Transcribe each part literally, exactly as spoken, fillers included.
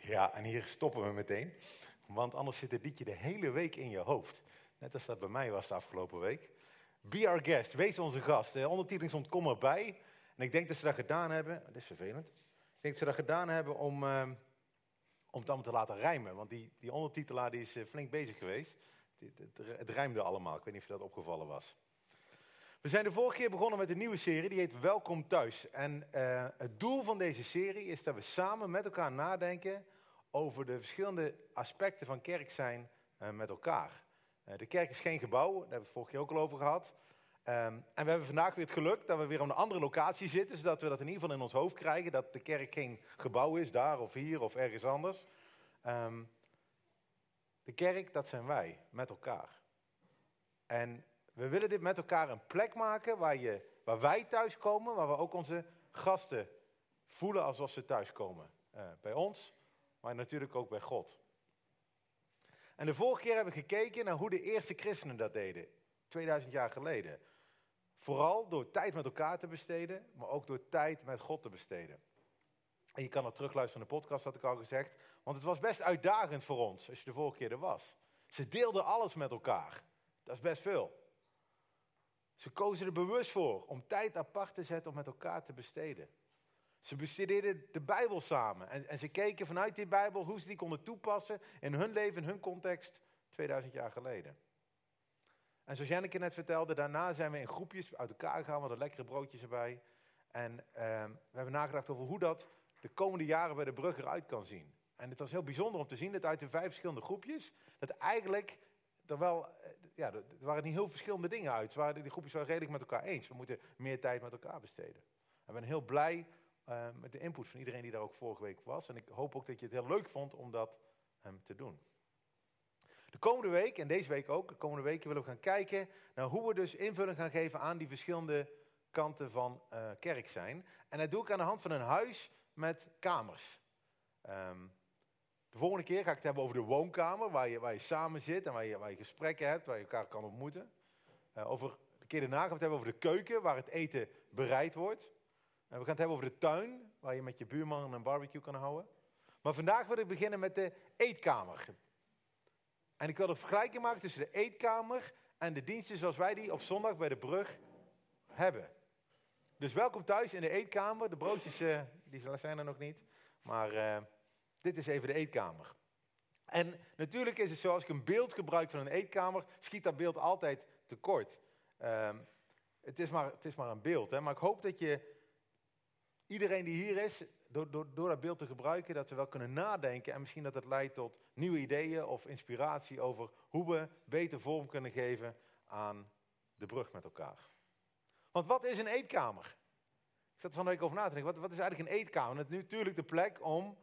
Ja, en hier stoppen we meteen. Want anders zit het liedje de hele week in je hoofd. Net als dat bij mij was de afgelopen week. Be our guest, wees onze gast. De ondertiteling stond kom erbij. En ik denk dat ze dat gedaan hebben. Dat is vervelend. Ik denk dat ze dat gedaan hebben om, uh, om het allemaal te laten rijmen. Want die, die ondertitelaar die is uh, flink bezig geweest. Het, het, het rijmde allemaal. Ik weet niet of je dat opgevallen was. We zijn de vorige keer begonnen met een nieuwe serie. Die heet Welkom Thuis. En uh, het doel van deze serie is dat we samen met elkaar nadenken over de verschillende aspecten van kerk zijn uh, met elkaar. Uh, de kerk is geen gebouw, daar hebben we het vorige keer ook al over gehad. Um, en we hebben vandaag weer het geluk dat we weer op een andere locatie zitten, zodat we dat in ieder geval in ons hoofd krijgen, dat de kerk geen gebouw is, daar of hier of ergens anders. Um, de kerk, dat zijn wij, met elkaar. En we willen dit met elkaar een plek maken waar, je, waar wij thuiskomen, waar we ook onze gasten voelen alsof ze thuiskomen. Uh, bij ons, maar natuurlijk ook bij God. En de vorige keer hebben we gekeken naar hoe de eerste christenen dat deden, tweeduizend jaar geleden. Vooral door tijd met elkaar te besteden, maar ook door tijd met God te besteden. En je kan nog terugluisteren naar de podcast, had ik al gezegd. Want het was best uitdagend voor ons, als je de vorige keer er was. Ze deelden alles met elkaar. Dat is best veel. Ze kozen er bewust voor om tijd apart te zetten om met elkaar te besteden. Ze bestudeerden de Bijbel samen. En, en ze keken vanuit die Bijbel hoe ze die konden toepassen in hun leven, in hun context, tweeduizend jaar geleden. En zoals Janneke net vertelde, daarna zijn we in groepjes uit elkaar gegaan, we hadden lekkere broodjes erbij. En uh, we hebben nagedacht over hoe dat de komende jaren bij de brug eruit kan zien. En het was heel bijzonder om te zien dat uit de vijf verschillende groepjes, dat eigenlijk er wel, ja, er waren niet heel verschillende dingen uit. Waren, die groepjes waren redelijk met elkaar eens. We moeten meer tijd met elkaar besteden. En we zijn heel blij uh, met de input van iedereen die daar ook vorige week was. En ik hoop ook dat je het heel leuk vond om dat um, te doen. De komende week, en deze week ook, de komende weken willen we gaan kijken naar hoe we dus invulling gaan geven aan die verschillende kanten van uh, kerk zijn. En dat doe ik aan de hand van een huis met kamers. Um, de volgende keer ga ik het hebben over de woonkamer, waar je, waar je samen zit en waar je, waar je gesprekken hebt, waar je elkaar kan ontmoeten. Uh, over, de keer daarna gaan we het hebben over de keuken, waar het eten bereid wordt. En we gaan het hebben over de tuin, waar je met je buurman een barbecue kan houden. Maar vandaag wil ik beginnen met de eetkamer. En ik wil een vergelijking maken tussen de eetkamer en de diensten zoals wij die op zondag bij de brug hebben. Dus welkom thuis in de eetkamer. De broodjes uh, die zijn er nog niet, maar uh, dit is even de eetkamer. En natuurlijk is het zo, als ik een beeld gebruik van een eetkamer, schiet dat beeld altijd tekort. Uh, het, is maar, het is maar een beeld, hè? Maar ik hoop dat je, iedereen die hier is, door, door, door dat beeld te gebruiken, dat we wel kunnen nadenken en misschien dat het leidt tot nieuwe ideeën of inspiratie over hoe we beter vorm kunnen geven aan de brug met elkaar. Want wat is een eetkamer? Ik zat er van de week over na te denken, wat, wat is eigenlijk een eetkamer? Het is natuurlijk de plek om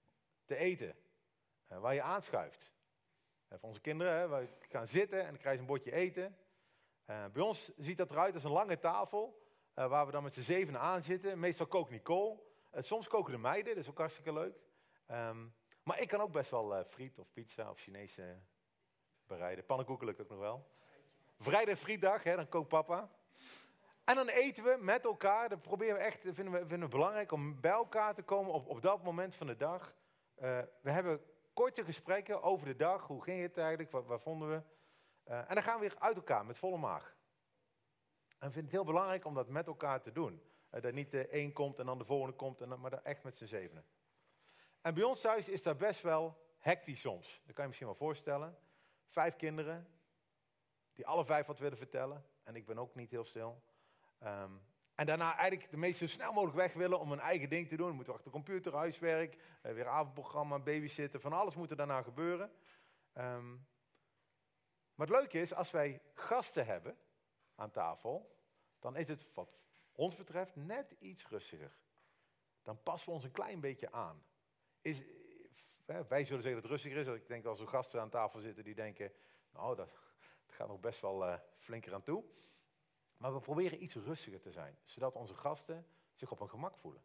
te eten, uh, waar je aanschuift. Uh, voor onze kinderen, hè, wij gaan zitten en dan krijg je een bordje eten. Uh, bij ons ziet dat eruit als een lange tafel, uh, waar we dan met z'n zevenen aan zitten. Meestal kookt Nicole. Uh, soms koken de meiden, dat is ook hartstikke leuk. Um, maar ik kan ook best wel uh, friet of pizza of Chinees uh, bereiden. Pannenkoeken lukt ook nog wel. Vrijdag frietdag, hè, dan kookt papa. En dan eten we met elkaar. Dat proberen we echt, vinden we, vinden we belangrijk om bij elkaar te komen op, op dat moment van de dag. Uh, we hebben korte gesprekken over de dag. Hoe ging het eigenlijk? Wat, wat vonden we? Uh, en dan gaan we weer uit elkaar met volle maag. En ik vind het heel belangrijk om dat met elkaar te doen. Uh, dat niet de een komt en dan de volgende komt, en dan, maar dat echt met z'n zevenen. En bij ons thuis is dat best wel hectisch soms. Dat kan je misschien wel voorstellen. Vijf kinderen, die alle vijf wat willen vertellen. En ik ben ook niet heel stil. Um, en daarna eigenlijk de meest zo snel mogelijk weg willen om hun eigen ding te doen. Dan moeten we achter de computer, huiswerk, uh, weer avondprogramma, babysitten. Van alles moet er daarna gebeuren. Um, maar het leuke is, als wij gasten hebben aan tafel, dan is het wat ons betreft net iets rustiger. Dan passen we ons een klein beetje aan. Is, wij zullen zeggen dat het rustiger is. Ik denk als er gasten aan tafel zitten die denken, nou dat, dat gaat nog best wel uh, flinker aan toe. Maar we proberen iets rustiger te zijn, zodat onze gasten zich op hun gemak voelen.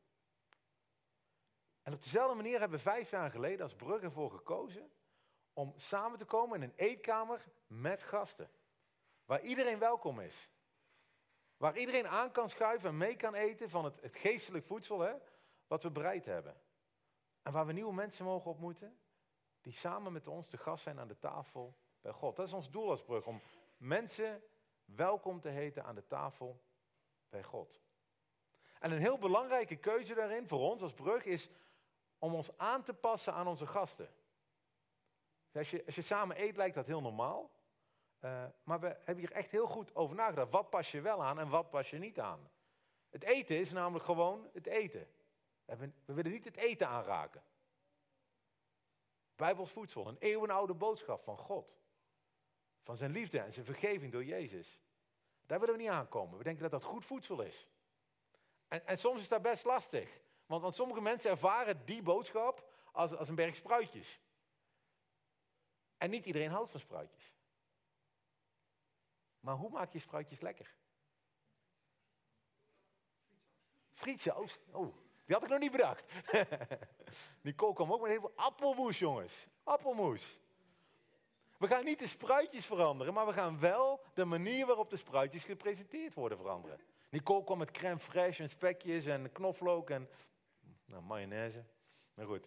En op dezelfde manier hebben we vijf jaar geleden als Brug ervoor gekozen om samen te komen in een eetkamer met gasten. Waar iedereen welkom is. Waar iedereen aan kan schuiven en mee kan eten van het, het geestelijk voedsel, hè, wat we bereid hebben. En waar we nieuwe mensen mogen ontmoeten, die samen met ons te gast zijn aan de tafel bij God. Dat is ons doel als Brug, om mensen welkom te heten aan de tafel bij God. En een heel belangrijke keuze daarin voor ons als Brug is om ons aan te passen aan onze gasten. Als je, als je samen eet lijkt dat heel normaal. Uh, maar we hebben hier echt heel goed over nagedacht. Wat pas je wel aan en wat pas je niet aan? Het eten is namelijk gewoon het eten. We willen niet het eten aanraken. Bijbels voedsel, een eeuwenoude boodschap van God. Van zijn liefde en zijn vergeving door Jezus. Daar willen we niet aankomen. We denken dat dat goed voedsel is. En, en soms is dat best lastig. Want, want sommige mensen ervaren die boodschap als, als een berg spruitjes. En niet iedereen houdt van spruitjes. Maar hoe maak je spruitjes lekker? Frietsaus. Oh, die had ik nog niet bedacht. Nicole kwam ook met heel veel appelmoes, jongens. Appelmoes. We gaan niet de spruitjes veranderen, maar we gaan wel de manier waarop de spruitjes gepresenteerd worden veranderen. Nicole kwam met crème fraîche en spekjes en knoflook en nou, mayonaise. Nou goed.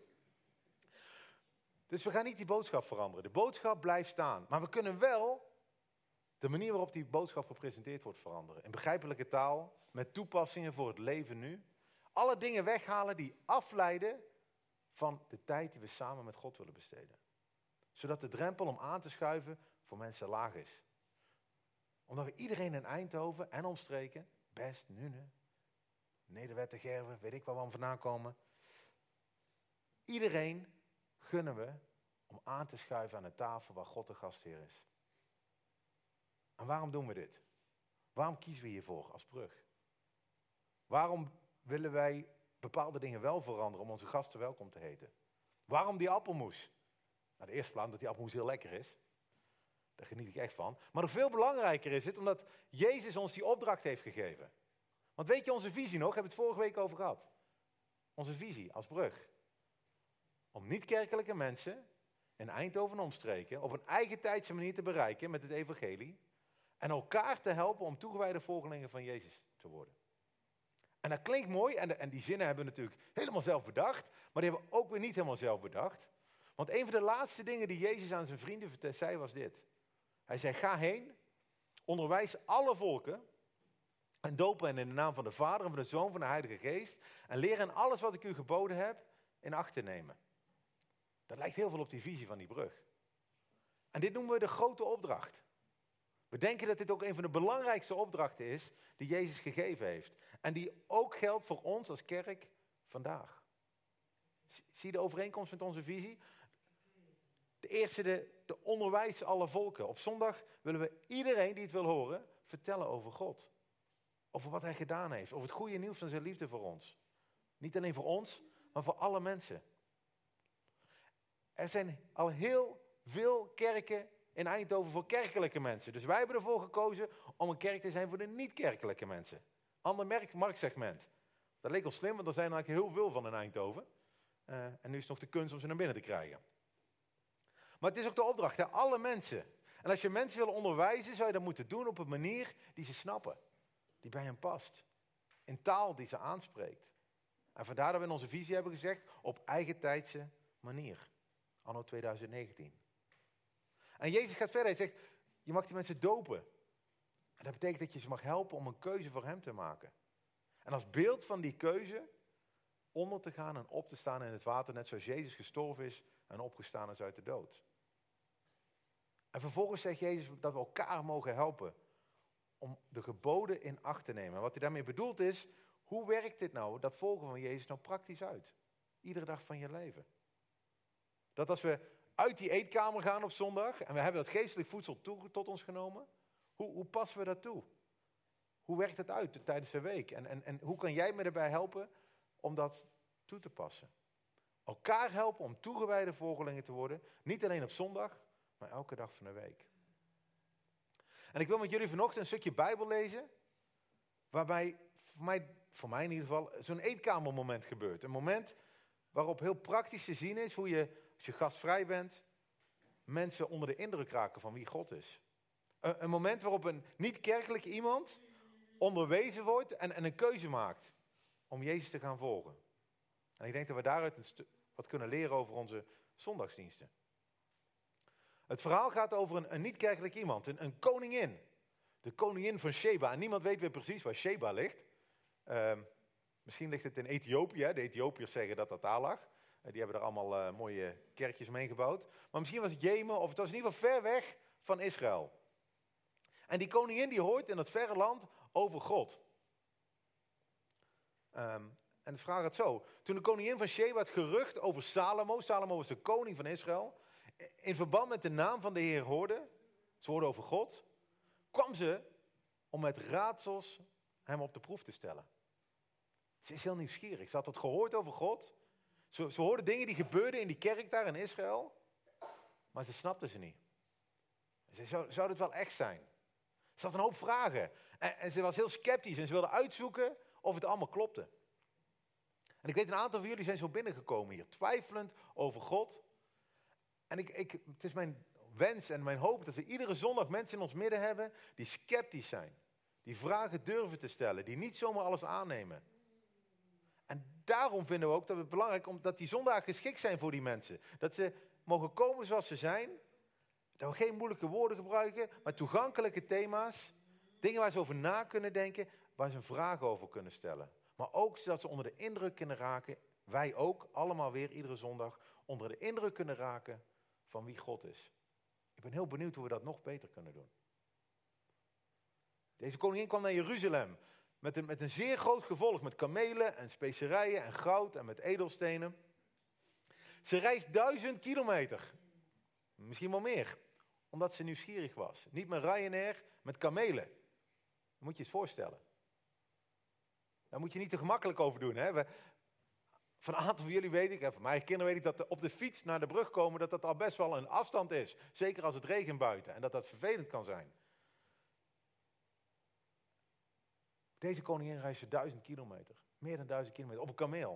Dus we gaan niet die boodschap veranderen. De boodschap blijft staan. Maar we kunnen wel de manier waarop die boodschap gepresenteerd wordt veranderen. In begrijpelijke taal, met toepassingen voor het leven nu. Alle dingen weghalen die afleiden van de tijd die we samen met God willen besteden. Zodat de drempel om aan te schuiven voor mensen laag is. Omdat we iedereen in Eindhoven en omstreken, Best, Nune, Nederwetter, Gerven, weet ik waar we aan vandaan komen. Iedereen gunnen we om aan te schuiven aan de tafel waar God de gastheer is. En waarom doen we dit? Waarom kiezen we hiervoor als Brug? Waarom willen wij bepaalde dingen wel veranderen om onze gasten welkom te heten? Waarom die appelmoes? Nou, de eerste plaats dat die appelmoes heel lekker is. Daar geniet ik echt van. Maar nog veel belangrijker is het omdat Jezus ons die opdracht heeft gegeven. Want weet je onze visie nog? Hebben we het vorige week over gehad. Onze visie als Brug. Om niet-kerkelijke mensen in Eindhoven en omstreken op een eigen tijdse manier te bereiken met het evangelie. En elkaar te helpen om toegewijde volgelingen van Jezus te worden. En dat klinkt mooi en, de, en die zinnen hebben we natuurlijk helemaal zelf bedacht. Maar die hebben we ook weer niet helemaal zelf bedacht. Want een van de laatste dingen die Jezus aan zijn vrienden zei was dit. Hij zei, ga heen, onderwijs alle volken en doop hen in de naam van de Vader en van de Zoon van de Heilige Geest. En leer hen alles wat ik u geboden heb in acht te nemen. Dat lijkt heel veel op die visie van die Brug. En dit noemen we de grote opdracht. We denken dat dit ook een van de belangrijkste opdrachten is die Jezus gegeven heeft. En die ook geldt voor ons als kerk vandaag. Zie je de overeenkomst met onze visie? De eerste, de, de onderwijs alle volken. Op zondag willen we iedereen die het wil horen vertellen over God. Over wat hij gedaan heeft. Over het goede nieuws van zijn liefde voor ons. Niet alleen voor ons, maar voor alle mensen. Er zijn al heel veel kerken in Eindhoven voor kerkelijke mensen. Dus wij hebben ervoor gekozen om een kerk te zijn voor de niet-kerkelijke mensen. Ander merk, marktsegment. Dat leek al slim, want er zijn er eigenlijk heel veel van in Eindhoven. Uh, en nu is het nog de kunst om ze naar binnen te krijgen. Maar het is ook de opdracht, hè? Alle mensen. En als je mensen wil onderwijzen, zou je dat moeten doen op een manier die ze snappen. Die bij hen past. In taal die ze aanspreekt. En vandaar dat we in onze visie hebben gezegd, op eigen tijdse manier. Anno twintig negentien. En Jezus gaat verder, hij zegt, je mag die mensen dopen. En dat betekent dat je ze mag helpen om een keuze voor hem te maken. En als beeld van die keuze, onder te gaan en op te staan in het water, net zoals Jezus gestorven is en opgestaan is uit de dood. En vervolgens zegt Jezus dat we elkaar mogen helpen om de geboden in acht te nemen. En wat hij daarmee bedoelt is, hoe werkt dit nou, dat volgen van Jezus nou praktisch uit? Iedere dag van je leven. Dat als we uit die eetkamer gaan op zondag en we hebben dat geestelijk voedsel toe, tot ons genomen, hoe, hoe passen we dat toe? Hoe werkt het uit tijdens de week? En, en, en hoe kan jij me erbij helpen om dat toe te passen? Elkaar helpen om toegewijde volgelingen te worden, niet alleen op zondag, maar elke dag van de week. En ik wil met jullie vanochtend een stukje Bijbel lezen, waarbij voor mij, voor mij in ieder geval zo'n eetkamermoment gebeurt. Een moment waarop heel praktisch te zien is hoe je, als je gastvrij bent, mensen onder de indruk raken van wie God is. Een, een moment waarop een niet-kerkelijk iemand onderwezen wordt en, en een keuze maakt om Jezus te gaan volgen. En ik denk dat we daaruit een, stu- wat kunnen leren over onze zondagsdiensten. Het verhaal gaat over een, een niet-kerkelijk iemand, een, een koningin. De koningin van Sheba. En niemand weet weer precies waar Sheba ligt. Uh, misschien ligt het in Ethiopië. Hè? De Ethiopiërs zeggen dat dat daar lag. Uh, die hebben er allemaal uh, mooie kerkjes mee gebouwd. Maar misschien was het Jemen, of het was in ieder geval ver weg van Israël. En die koningin die hoort in dat verre land over God. Um, en de vraag gaat zo. Toen de koningin van Sheba het gerucht over Salomo, Salomo was de koning van Israël, in verband met de naam van de Heer hoorde, ze hoorde over God, kwam ze om met raadsels hem op de proef te stellen. Ze is heel nieuwsgierig. Ze had het gehoord over God. Ze, ze hoorde dingen die gebeurden in die kerk daar in Israël, maar ze snapte ze niet. Ze zou, zou dit wel echt zijn? Ze had een hoop vragen. En, en ze was heel sceptisch en ze wilde uitzoeken of het allemaal klopte. En ik weet, een aantal van jullie zijn zo binnengekomen hier, twijfelend over God. En ik, ik, het is mijn wens en mijn hoop dat we iedere zondag mensen in ons midden hebben die sceptisch zijn. Die vragen durven te stellen, die niet zomaar alles aannemen. En daarom vinden we ook dat het belangrijk is dat die zondagen geschikt zijn voor die mensen. Dat ze mogen komen zoals ze zijn. Dat we geen moeilijke woorden gebruiken, maar toegankelijke thema's. Dingen waar ze over na kunnen denken, waar ze vragen over kunnen stellen. Maar ook zodat ze onder de indruk kunnen raken, wij ook, allemaal weer iedere zondag, onder de indruk kunnen raken van wie God is. Ik ben heel benieuwd hoe we dat nog beter kunnen doen. Deze koningin kwam naar Jeruzalem met een, met een zeer groot gevolg, met kamelen en specerijen en goud en met edelstenen. Ze reist duizend kilometer, misschien wel meer, omdat ze nieuwsgierig was. Niet met Ryanair, met kamelen. Dat moet je eens voorstellen. Daar moet je niet te gemakkelijk over doen. Hè? We, van een aantal van jullie weet ik, en van mijn kinderen weet ik, dat op de fiets naar de brug komen, dat dat al best wel een afstand is. Zeker als het regent buiten en dat dat vervelend kan zijn. Deze koningin reisde duizend kilometer. Meer dan duizend kilometer. Op een kameel.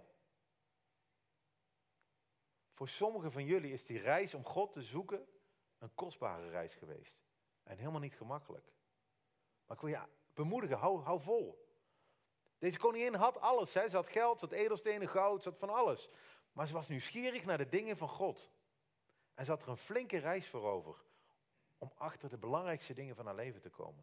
Voor sommigen van jullie is die reis om God te zoeken een kostbare reis geweest. En helemaal niet gemakkelijk. Maar ik wil je bemoedigen, hou, hou vol. Deze koningin had alles. Hè? Ze had geld, ze had edelstenen, goud, ze had van alles. Maar ze was nieuwsgierig naar de dingen van God. En ze had er een flinke reis voor over. Om achter de belangrijkste dingen van haar leven te komen.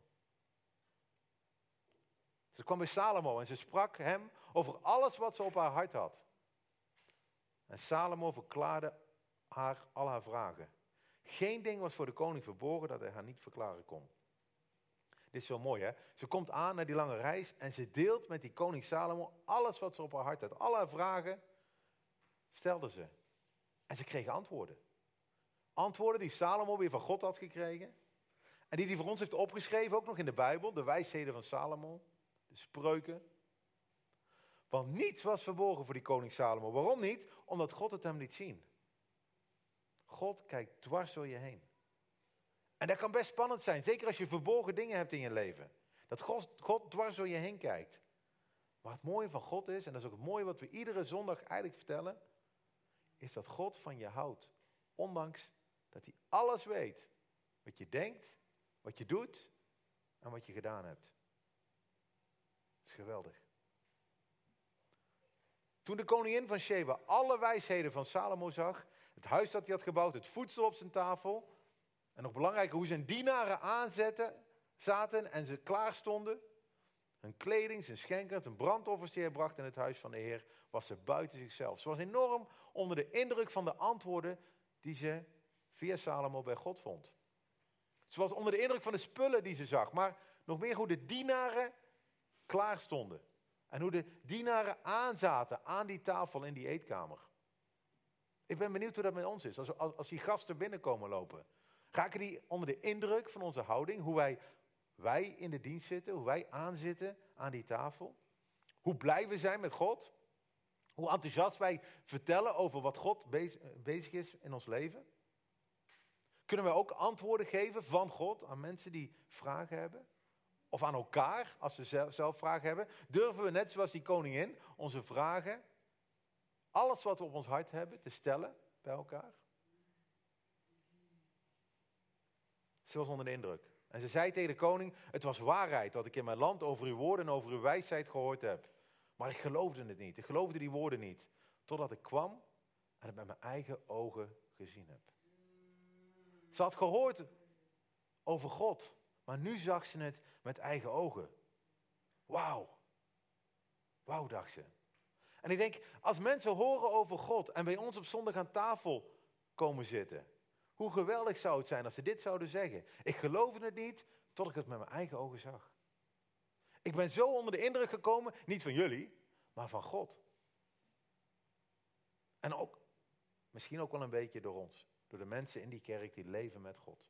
Ze kwam bij Salomo en ze sprak hem over alles wat ze op haar hart had. En Salomo verklaarde haar al haar vragen. Geen ding was voor de koning verborgen dat hij haar niet verklaren kon. Dit is zo mooi, hè? Ze komt aan naar die lange reis en ze deelt met die koning Salomo alles wat ze op haar hart had. Alle haar vragen stelde ze. En ze kregen antwoorden. Antwoorden die Salomo weer van God had gekregen. En die hij voor ons heeft opgeschreven, ook nog in de Bijbel. De wijsheden van Salomo. De spreuken. Want niets was verborgen voor die koning Salomo. Waarom niet? Omdat God het hem liet zien. God kijkt dwars door je heen. En dat kan best spannend zijn. Zeker als je verborgen dingen hebt in je leven. Dat God, God dwars door je heen kijkt. Maar het mooie van God is, en dat is ook het mooie wat we iedere zondag eigenlijk vertellen, is dat God van je houdt. Ondanks dat hij alles weet. Wat je denkt, wat je doet en wat je gedaan hebt. Dat is geweldig. Toen de koningin van Sheba alle wijsheden van Salomo zag, het huis dat hij had gebouwd, het voedsel op zijn tafel, en nog belangrijker, hoe zijn dienaren aanzetten, zaten en ze klaar stonden, hun kleding, zijn schenken, zijn brandoffers die hij bracht in het huis van de Heer, was ze buiten zichzelf. Ze was enorm onder de indruk van de antwoorden die ze via Salomo bij God vond. Ze was onder de indruk van de spullen die ze zag, maar nog meer hoe de dienaren klaar stonden. En hoe de dienaren aanzaten aan die tafel in die eetkamer. Ik ben benieuwd hoe dat met ons is. Als, als, als die gasten binnenkomen lopen. Raken die onder de indruk van onze houding? Hoe wij, wij in de dienst zitten. Hoe wij aanzitten aan die tafel. Hoe blij we zijn met God. Hoe enthousiast wij vertellen over wat God bezig, bezig is in ons leven. Kunnen we ook antwoorden geven van God aan mensen die vragen hebben? Of aan elkaar, als ze zelf, zelf vragen hebben. Durven we net zoals die koningin onze vragen, alles wat we op ons hart hebben, te stellen bij elkaar? Ze was onder de indruk. En ze zei tegen de koning, het was waarheid wat ik in mijn land over uw woorden en over uw wijsheid gehoord heb. Maar ik geloofde het niet, ik geloofde die woorden niet. Totdat ik kwam en het met mijn eigen ogen gezien heb. Ze had gehoord over God, maar nu zag ze het met eigen ogen. Wauw. Wauw, dacht ze. En ik denk, als mensen horen over God en bij ons op zondag aan tafel komen zitten, hoe geweldig zou het zijn als ze dit zouden zeggen. Ik geloofde het niet, tot ik het met mijn eigen ogen zag. Ik ben zo onder de indruk gekomen, niet van jullie, maar van God. En ook, misschien ook wel een beetje door ons. Door de mensen in die kerk die leven met God.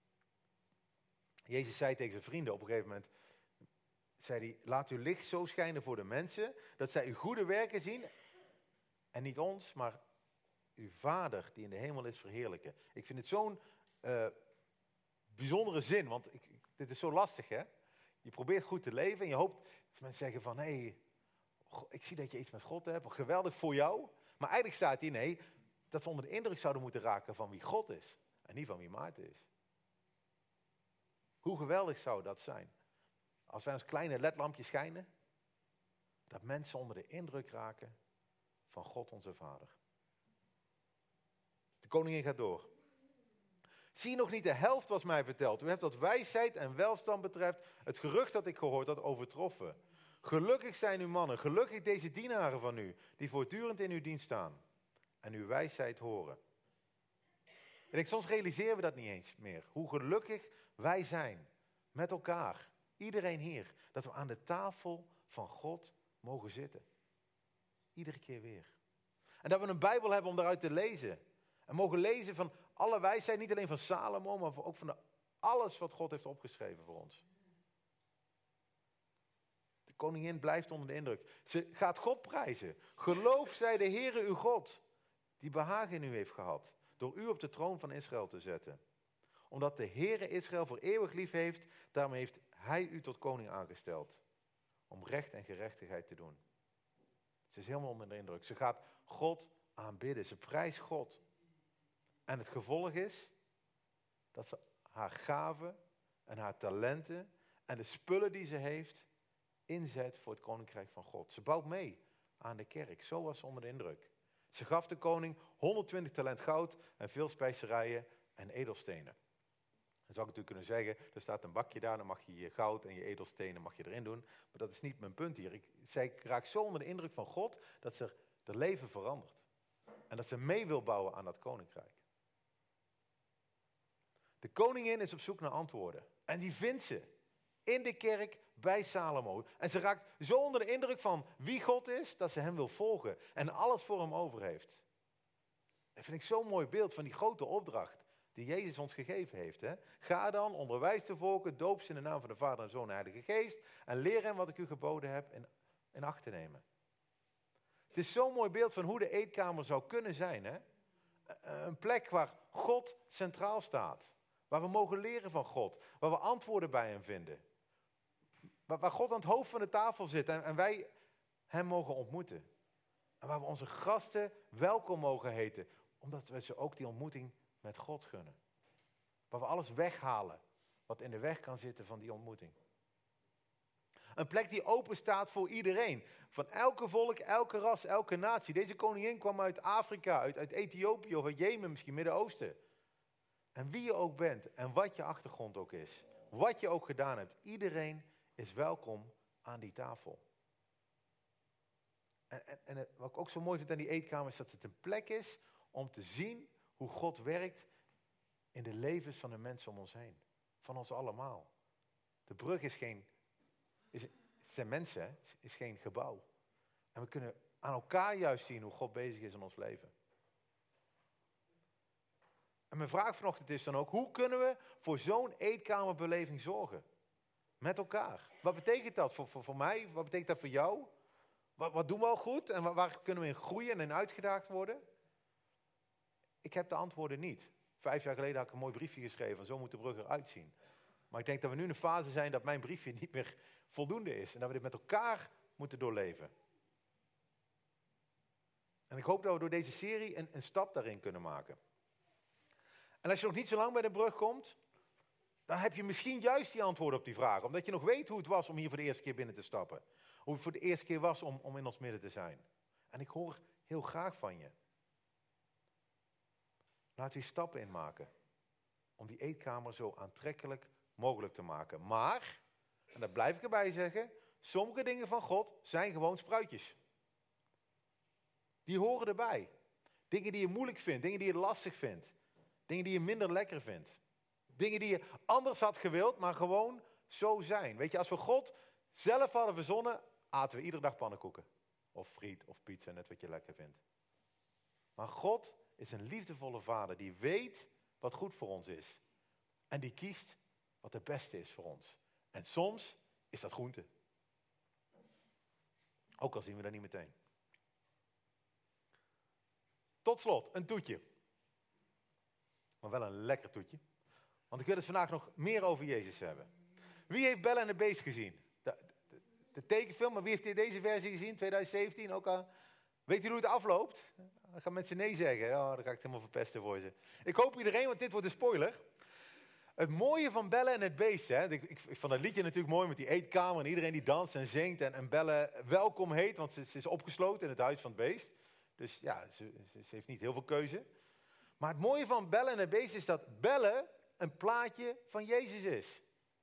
Jezus zei tegen zijn vrienden op een gegeven moment, zei hij, laat uw licht zo schijnen voor de mensen, dat zij uw goede werken zien, en niet ons, maar uw Vader die in de hemel is verheerlijken. Ik vind het zo'n uh, bijzondere zin, want ik, ik, dit is zo lastig, hè. Je probeert goed te leven en je hoopt dat mensen zeggen van, hé, hey, ik zie dat je iets met God hebt, geweldig voor jou. Maar eigenlijk staat hier, nee, dat ze onder de indruk zouden moeten raken van wie God is en niet van wie Maarten is. Hoe geweldig zou dat zijn? Als wij ons kleine ledlampje schijnen, dat mensen onder de indruk raken van God onze Vader. De koningin gaat door. Zie nog niet de helft was mij verteld. U hebt wat wijsheid en welstand betreft het gerucht dat ik gehoord had overtroffen. Gelukkig zijn uw mannen, gelukkig deze dienaren van u, die voortdurend in uw dienst staan en uw wijsheid horen. En ik, soms realiseren we dat niet eens meer. Hoe gelukkig wij zijn met elkaar. Iedereen hier. Dat we aan de tafel van God mogen zitten. Iedere keer weer. En dat we een Bijbel hebben om daaruit te lezen. En mogen lezen van alle wijsheid. Niet alleen van Salomo, maar ook van de, alles wat God heeft opgeschreven voor ons. De koningin blijft onder de indruk. Ze gaat God prijzen. Geloof zij de Heere uw God. Die behagen in u heeft gehad. Door u op de troon van Israël te zetten. Omdat de Heere Israël voor eeuwig lief heeft. Daarmee heeft hij u tot koning aangesteld. Om recht en gerechtigheid te doen. Ze is helemaal onder de indruk. Ze gaat God aanbidden. Ze prijst God. En het gevolg is dat ze haar gaven en haar talenten en de spullen die ze heeft inzet voor het koninkrijk van God. Ze bouwt mee aan de kerk. Zo was ze onder de indruk. Ze gaf de koning honderdtwintig talent goud en veel specerijen en edelstenen. Dan zou ik natuurlijk kunnen zeggen, er staat een bakje daar, dan mag je je goud en je edelstenen mag je erin doen. Maar dat is niet mijn punt hier. Ik, zij raakt zo onder de indruk van God dat ze haar leven verandert. En dat ze mee wil bouwen aan dat koninkrijk. De koningin is op zoek naar antwoorden. En die vindt ze in de kerk bij Salomo. En ze raakt zo onder de indruk van wie God is, dat ze hem wil volgen. En alles voor hem over heeft. Dat vind ik zo'n mooi beeld van die grote opdracht die Jezus ons gegeven heeft. Hè? Ga dan, onderwijs de volken, doop ze in de naam van de Vader en Zoon en Heilige Geest. En leer hen wat ik u geboden heb in, in acht te nemen. Het is zo'n mooi beeld van hoe de eetkamer zou kunnen zijn. Hè? Een plek waar God centraal staat. Waar we mogen leren van God. Waar we antwoorden bij hem vinden. Waar, waar God aan het hoofd van de tafel zit en, en wij hem mogen ontmoeten. En waar we onze gasten welkom mogen heten. Omdat we ze ook die ontmoeting met God gunnen. Waar we alles weghalen wat in de weg kan zitten van die ontmoeting. Een plek die open staat voor iedereen. Van elke volk, elke ras, elke natie. Deze koningin kwam uit Afrika, uit, uit Ethiopië of uit Jemen, misschien Midden-Oosten. En wie je ook bent en wat je achtergrond ook is. Wat je ook gedaan hebt. Iedereen is welkom aan die tafel. En, en, en wat ik ook zo mooi vind aan die eetkamer is dat het een plek is om te zien hoe God werkt in de levens van de mensen om ons heen. Van ons allemaal. De brug is geen, is, zijn mensen, hè? Is geen gebouw. En we kunnen aan elkaar juist zien hoe God bezig is in ons leven. En mijn vraag vanochtend is dan ook, hoe kunnen we voor zo'n eetkamerbeleving zorgen? Met elkaar. Wat betekent dat voor, voor, voor mij? Wat betekent dat voor jou? Wat, wat doen we al goed? En waar, waar kunnen we in groeien en uitgedaagd worden? Ik heb de antwoorden niet. Vijf jaar geleden had ik een mooi briefje geschreven van zo moet de brug eruit zien. Maar ik denk dat we nu in een fase zijn dat mijn briefje niet meer voldoende is. En dat we dit met elkaar moeten doorleven. En ik hoop dat we door deze serie een, een stap daarin kunnen maken. En als je nog niet zo lang bij de brug komt, dan heb je misschien juist die antwoorden op die vragen. Omdat je nog weet hoe het was om hier voor de eerste keer binnen te stappen. Hoe het voor de eerste keer was om, om in ons midden te zijn. En ik hoor heel graag van je. Laten we stappen in maken. Om die eetkamer zo aantrekkelijk mogelijk te maken. Maar, en daar blijf ik erbij zeggen, sommige dingen van God zijn gewoon spruitjes. Die horen erbij. Dingen die je moeilijk vindt, dingen die je lastig vindt. Dingen die je minder lekker vindt. Dingen die je anders had gewild, maar gewoon zo zijn. Weet je, als we God zelf hadden verzonnen, aten we iedere dag pannenkoeken. Of friet, of pizza, net wat je lekker vindt. Maar God is een liefdevolle vader die weet wat goed voor ons is. En die kiest wat het beste is voor ons. En soms is dat groente. Ook al zien we dat niet meteen. Tot slot, een toetje. Maar wel een lekker toetje. Want ik wil het vandaag nog meer over Jezus hebben. Wie heeft Belle en het Beest gezien? De, de, de tekenfilm, maar wie heeft deze versie gezien? twintig zeventien, ook al. Weet u hoe het afloopt? Dan gaan mensen nee zeggen. Oh, dan ga ik het helemaal verpesten voor ze. Ik hoop iedereen, want dit wordt een spoiler. Het mooie van Belle en het Beest. Hè? Ik, ik, ik vond dat liedje natuurlijk mooi met die eetkamer. En iedereen die danst en zingt. En, en Belle welkom heet, want ze, ze is opgesloten in het huis van het beest. Dus ja, ze, ze, ze heeft niet heel veel keuze. Maar het mooie van Belle en het Beest is dat Belle een plaatje van Jezus is.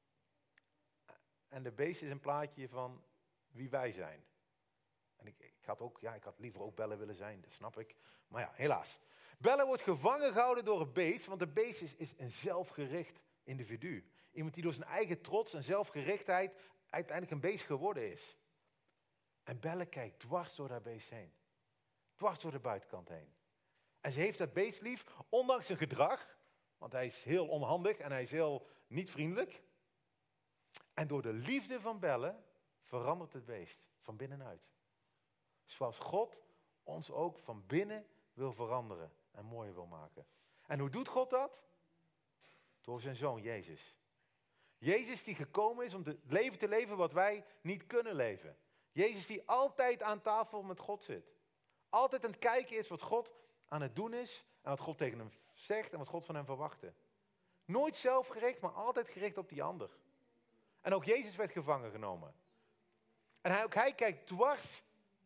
En de Beest is een plaatje van wie wij zijn. En ik, ik had ook, ja, ik had liever ook Belle willen zijn, dat snap ik. Maar ja, helaas. Belle wordt gevangen gehouden door een beest, want een beest is, is een zelfgericht individu. Iemand die door zijn eigen trots en zelfgerichtheid uiteindelijk een beest geworden is. En Belle kijkt dwars door dat beest heen. Dwars door de buitenkant heen. En ze heeft dat beest lief, ondanks zijn gedrag, want hij is heel onhandig en hij is heel niet vriendelijk. En door de liefde van Belle verandert het beest van binnenuit. Zoals God ons ook van binnen wil veranderen en mooier wil maken. En hoe doet God dat? Door zijn zoon Jezus. Jezus die gekomen is om het leven te leven wat wij niet kunnen leven. Jezus die altijd aan tafel met God zit. Altijd aan het kijken is wat God aan het doen is en wat God tegen hem zegt en wat God van hem verwachtte. Nooit zelfgericht, maar altijd gericht op die ander. En ook Jezus werd gevangen genomen. En hij, ook hij kijkt dwars,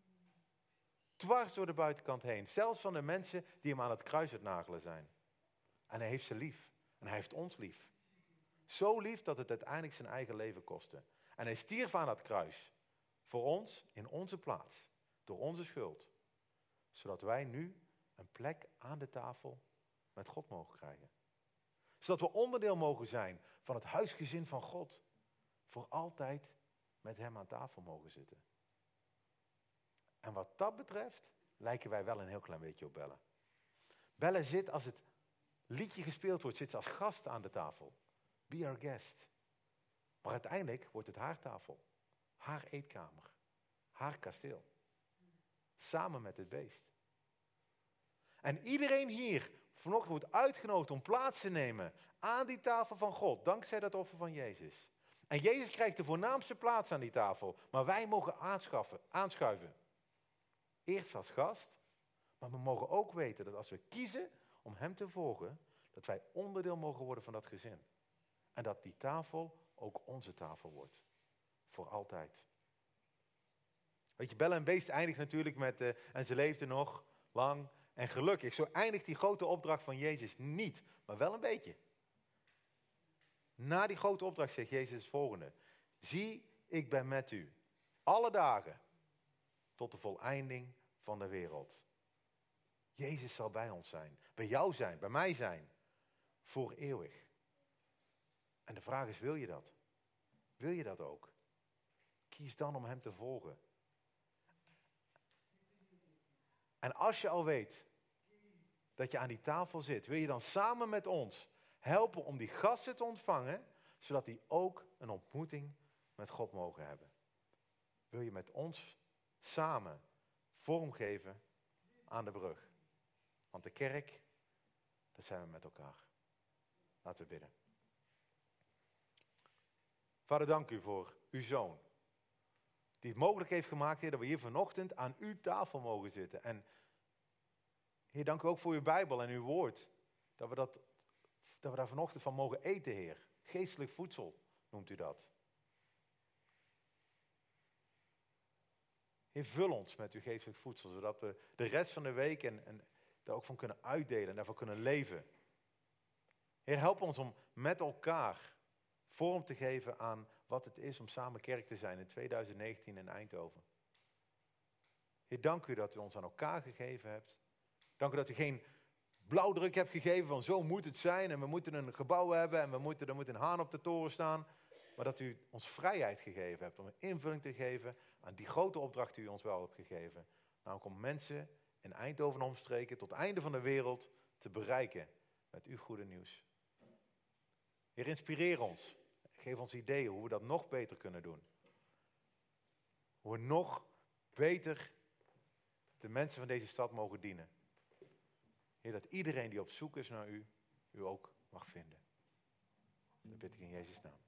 dwars door de buitenkant heen. Zelfs van de mensen die hem aan het kruis het nagelen zijn. En hij heeft ze lief. En hij heeft ons lief. Zo lief dat het uiteindelijk zijn eigen leven kostte. En hij stierf aan dat kruis. Voor ons, in onze plaats. Door onze schuld. Zodat wij nu een plek aan de tafel met God mogen krijgen. Zodat we onderdeel mogen zijn van het huisgezin van God. Voor altijd met hem aan tafel mogen zitten. En wat dat betreft lijken wij wel een heel klein beetje op Belle. Belle zit, als het liedje gespeeld wordt, zit ze als gast aan de tafel. Be our guest. Maar uiteindelijk wordt het haar tafel. Haar eetkamer. Haar kasteel. Samen met het beest. En iedereen hier vanochtend wordt uitgenodigd om plaats te nemen aan die tafel van God. Dankzij dat offer van Jezus. En Jezus krijgt de voornaamste plaats aan die tafel. Maar wij mogen aanschaffen, aanschuiven. Eerst als gast. Maar we mogen ook weten dat als we kiezen om hem te volgen, dat wij onderdeel mogen worden van dat gezin. En dat die tafel ook onze tafel wordt. Voor altijd. Weet je, Belle en Beest eindigt natuurlijk met, uh, en ze leefden nog lang en gelukkig. Zo eindigt die grote opdracht van Jezus niet, maar wel een beetje. Na die grote opdracht zegt Jezus het volgende. Zie, ik ben met u. Alle dagen. Tot de voleinding van de wereld. Jezus zal bij ons zijn. Bij jou zijn. Bij mij zijn. Voor eeuwig. En de vraag is, wil je dat? Wil je dat ook? Kies dan om hem te volgen. En als je al weet dat je aan die tafel zit, wil je dan samen met ons helpen om die gasten te ontvangen, zodat die ook een ontmoeting met God mogen hebben. Wil je met ons samen vormgeven aan de brug? Want de kerk, dat zijn we met elkaar. Laten we bidden. Vader, dank u voor uw zoon. Die het mogelijk heeft gemaakt, Heer, dat we hier vanochtend aan uw tafel mogen zitten. En Heer, dank u ook voor uw Bijbel en uw woord. Dat we, dat, dat we daar vanochtend van mogen eten, Heer. Geestelijk voedsel noemt u dat. Heer, vul ons met uw geestelijk voedsel, zodat we de rest van de week en, en daar ook van kunnen uitdelen en daarvoor kunnen leven. Heer, help ons om met elkaar vorm te geven aan wat het is om samen kerk te zijn in twintig negentien in Eindhoven. Heer, dank u dat u ons aan elkaar gegeven hebt. Dank u dat u geen blauwdruk hebt gegeven van zo moet het zijn en we moeten een gebouw hebben en we moeten, er moet een haan op de toren staan. Maar dat u ons vrijheid gegeven hebt om een invulling te geven aan die grote opdracht die u ons wel hebt gegeven. Namelijk om mensen in Eindhoven en omstreken tot het einde van de wereld te bereiken met uw goede nieuws. Heer, inspireer ons. Geef ons ideeën hoe we dat nog beter kunnen doen. Hoe we nog beter de mensen van deze stad mogen dienen. Heer, dat iedereen die op zoek is naar u, u ook mag vinden. Dat bid ik in Jezus' naam.